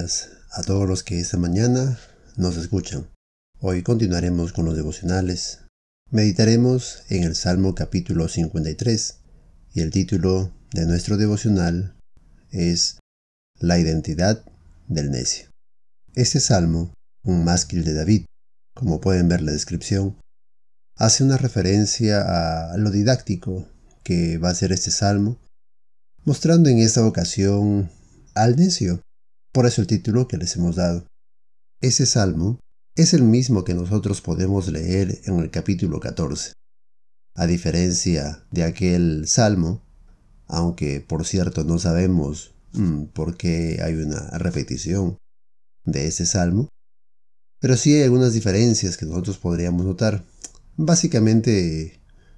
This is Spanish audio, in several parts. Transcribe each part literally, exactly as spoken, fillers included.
días a todos los que esta mañana nos escuchan. Hoy continuaremos con los devocionales. Meditaremos en el Salmo capítulo cincuenta y tres y el título de nuestro devocional es La identidad del necio. Este salmo, un mástil de David, como pueden ver la descripción, hace una referencia a lo didáctico que va a ser este salmo, mostrando en esta ocasión al necio. Por eso el título que les hemos dado. Ese salmo es el mismo que nosotros podemos leer en el capítulo catorce. A diferencia de aquel salmo, aunque por cierto no sabemos mmm, por qué hay una repetición de ese salmo, pero sí hay algunas diferencias que nosotros podríamos notar. Básicamente,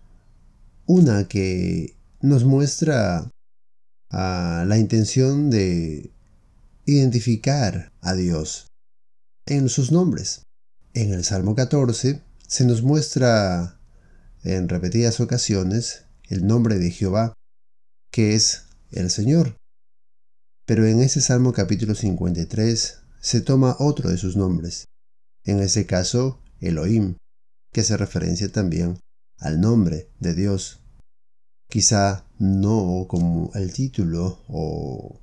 una que nos muestra a la intención de identificar a Dios en sus nombres. En el Salmo catorce se nos muestra en repetidas ocasiones el nombre de Jehová, que es el Señor. Pero en ese Salmo capítulo cincuenta y tres se toma otro de sus nombres, en ese caso Elohim, que se referencia también al nombre de Dios. Quizá no como el título o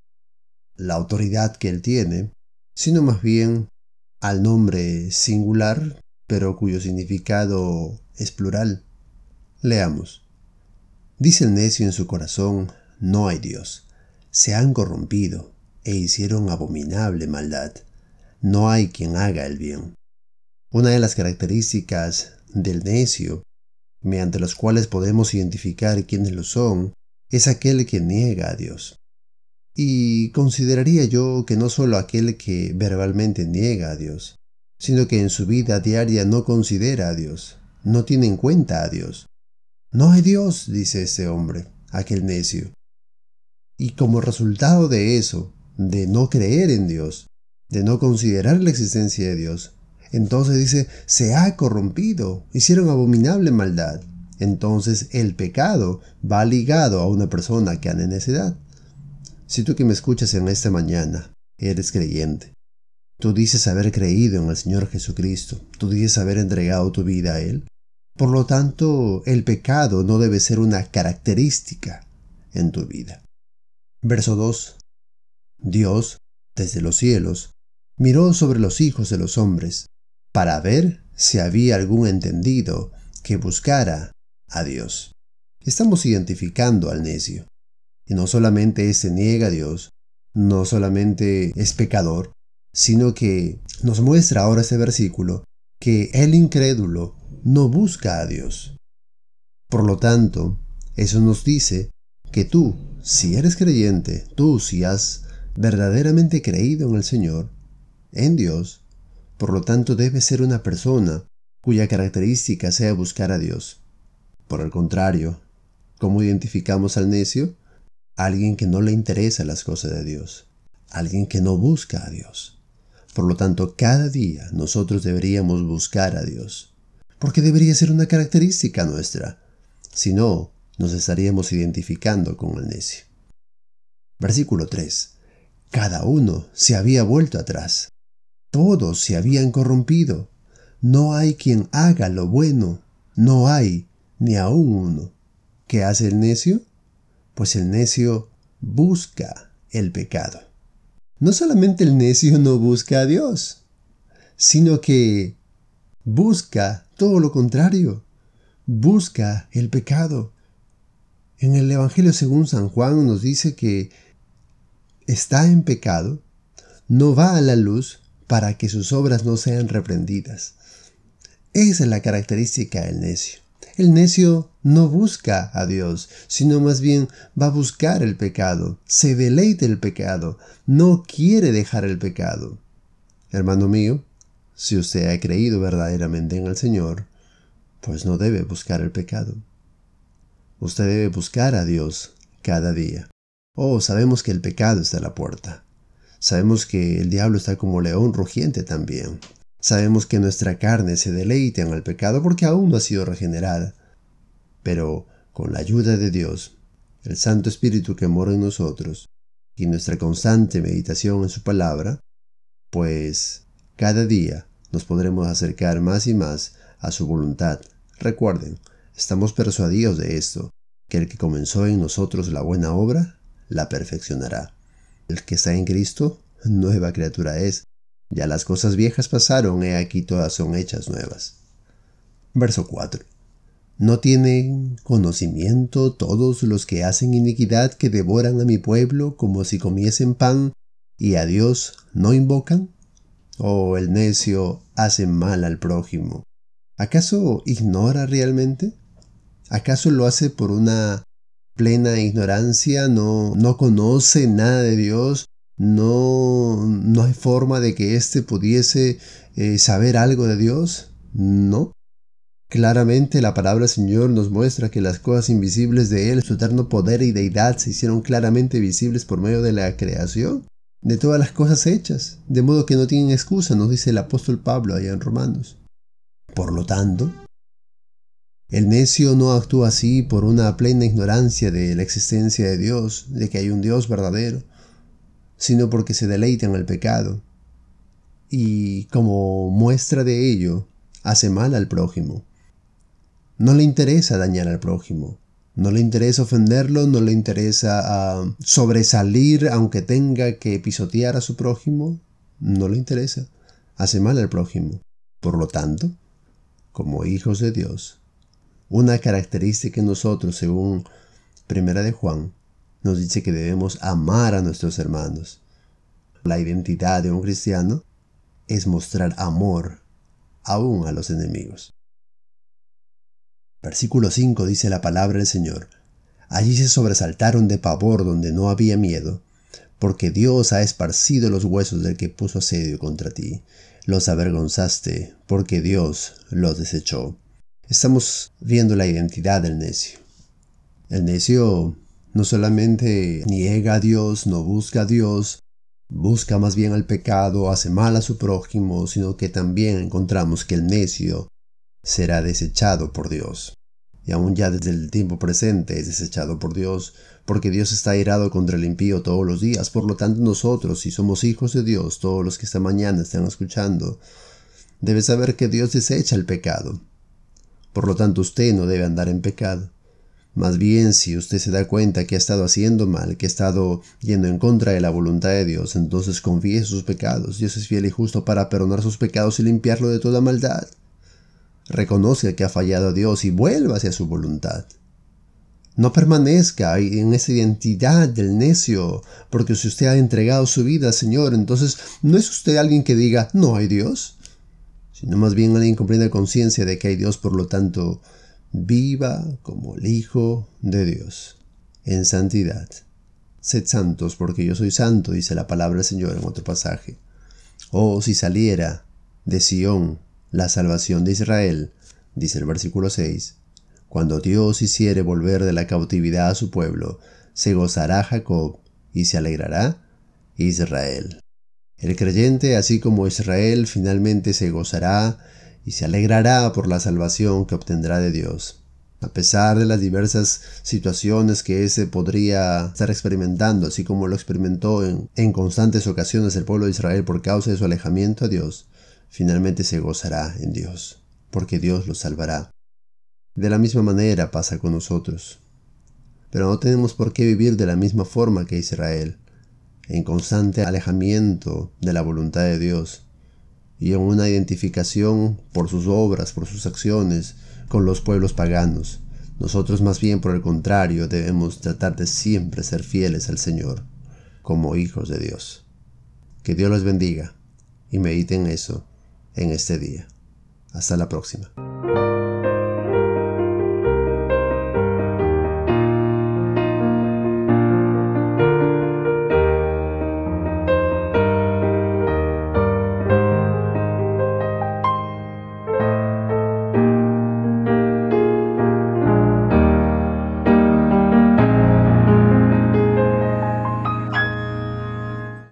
la autoridad que él tiene, sino más bien al nombre singular, pero cuyo significado es plural. Leamos. Dice el necio en su corazón, no hay Dios. Se han corrompido e hicieron abominable maldad. No hay quien haga el bien. Una de las características del necio, mediante las cuales podemos identificar quiénes lo son, es aquel que niega a Dios. Y consideraría yo que no solo aquel que verbalmente niega a Dios, sino que en su vida diaria no considera a Dios, no tiene en cuenta a Dios. No hay Dios, dice este hombre, aquel necio. Y como resultado de eso, de no creer en Dios, de no considerar la existencia de Dios, entonces dice, se ha corrompido, hicieron abominable maldad. Entonces el pecado va ligado a una persona que anda en necedad. Si tú que me escuchas en esta mañana eres creyente, tú dices haber creído en el Señor Jesucristo, tú dices haber entregado tu vida a Él, por lo tanto el pecado no debe ser una característica en tu vida. Verso dos. Dios, desde los cielos, miró sobre los hijos de los hombres, para ver si había algún entendido que buscara a Dios. Estamos identificando al necio. Y no solamente se niega a Dios, no solamente es pecador, sino que nos muestra ahora este versículo que el incrédulo no busca a Dios. Por lo tanto, eso nos dice que tú, si eres creyente, tú si has verdaderamente creído en el Señor, en Dios, por lo tanto debes ser una persona cuya característica sea buscar a Dios. Por el contrario, ¿cómo identificamos al necio? Alguien que no le interesa las cosas de Dios, alguien que no busca a Dios. Por lo tanto, cada día nosotros deberíamos buscar a Dios, porque debería ser una característica nuestra. Si no, nos estaríamos identificando con el necio. Versículo tres. Cada uno se había vuelto atrás. Todos se habían corrompido. No hay quien haga lo bueno. No hay ni aun uno. ¿Qué hace el necio? Pues el necio busca el pecado. No solamente el necio no busca a Dios, sino que busca todo lo contrario. Busca el pecado. En el Evangelio según San Juan nos dice que está en pecado, no va a la luz para que sus obras no sean reprendidas. Esa es la característica del necio. El necio no busca a Dios, sino más bien va a buscar el pecado, se deleita el pecado, no quiere dejar el pecado. Hermano mío, si usted ha creído verdaderamente en el Señor, pues no debe buscar el pecado. Usted debe buscar a Dios cada día. Oh, sabemos que el pecado está a la puerta. Sabemos que el diablo está como león rugiente también. Sabemos que nuestra carne se deleita en el pecado porque aún no ha sido regenerada. Pero con la ayuda de Dios, el Santo Espíritu que mora en nosotros, y nuestra constante meditación en su palabra, pues cada día nos podremos acercar más y más a su voluntad. Recuerden, estamos persuadidos de esto, que el que comenzó en nosotros la buena obra, la perfeccionará. El que está en Cristo, nueva criatura es. Ya las cosas viejas pasaron, he aquí todas son hechas nuevas. Verso cuatro. ¿No tienen conocimiento todos los que hacen iniquidad, que devoran a mi pueblo como si comiesen pan, y a Dios no invocan? Oh, el necio hace mal al prójimo. ¿Acaso ignora realmente? ¿Acaso lo hace por una plena ignorancia? ¿No, no conoce nada de Dios? ¿No, no hay forma de que éste pudiese eh, saber algo de Dios? No. Claramente la palabra del Señor nos muestra que las cosas invisibles de Él, su eterno poder y deidad, se hicieron claramente visibles por medio de la creación de todas las cosas hechas, de modo que no tienen excusa, nos dice el apóstol Pablo allá en Romanos. Por lo tanto, el necio no actúa así por una plena ignorancia de la existencia de Dios, de que hay un Dios verdadero, sino porque se deleita en el pecado, y como muestra de ello, hace mal al prójimo. No le interesa dañar al prójimo, no le interesa ofenderlo, no le interesa uh, sobresalir aunque tenga que pisotear a su prójimo, no le interesa, hace mal al prójimo. Por lo tanto, como hijos de Dios, una característica en nosotros, según Primera de Juan, nos dice que debemos amar a nuestros hermanos. La identidad de un cristiano es mostrar amor aún a los enemigos. Versículo cinco dice la palabra del Señor. Allí se sobresaltaron de pavor donde no había miedo, porque Dios ha esparcido los huesos del que puso asedio contra ti. Los avergonzaste, porque Dios los desechó. Estamos viendo la identidad del necio. El necio no solamente niega a Dios, no busca a Dios, busca más bien al pecado, hace mal a su prójimo, sino que también encontramos que el necio será desechado por Dios. Y aún ya desde el tiempo presente es desechado por Dios, porque Dios está airado contra el impío todos los días. Por lo tanto, nosotros, si somos hijos de Dios, todos los que esta mañana están escuchando, debe saber que Dios desecha el pecado. Por lo tanto, usted no debe andar en pecado. Más bien, si usted se da cuenta que ha estado haciendo mal, que ha estado yendo en contra de la voluntad de Dios, entonces confiese sus pecados. Dios es fiel y justo para perdonar sus pecados y limpiarlo de toda maldad. Reconozca que ha fallado a Dios y vuelva hacia su voluntad. No permanezca en esa identidad del necio, porque si usted ha entregado su vida al Señor, entonces no es usted alguien que diga, no hay Dios, sino más bien alguien con plena conciencia de que hay Dios, por lo tanto, viva como el Hijo de Dios, en santidad. Sed santos, porque yo soy santo, dice la palabra del Señor en otro pasaje. Oh, si saliera de Sión la salvación de Israel, dice el versículo seis, cuando Dios hiciere volver de la cautividad a su pueblo, se gozará Jacob y se alegrará Israel. El creyente, así como Israel, finalmente se gozará y se alegrará por la salvación que obtendrá de Dios. A pesar de las diversas situaciones que éste podría estar experimentando, así como lo experimentó en, en constantes ocasiones el pueblo de Israel por causa de su alejamiento a Dios, finalmente se gozará en Dios, porque Dios los salvará. De la misma manera pasa con nosotros. Pero no tenemos por qué vivir de la misma forma que Israel, en constante alejamiento de la voluntad de Dios, y en una identificación por sus obras, por sus acciones, con los pueblos paganos. Nosotros más bien, por el contrario, debemos tratar de siempre ser fieles al Señor, como hijos de Dios. Que Dios los bendiga, y mediten eso en este día. Hasta la próxima.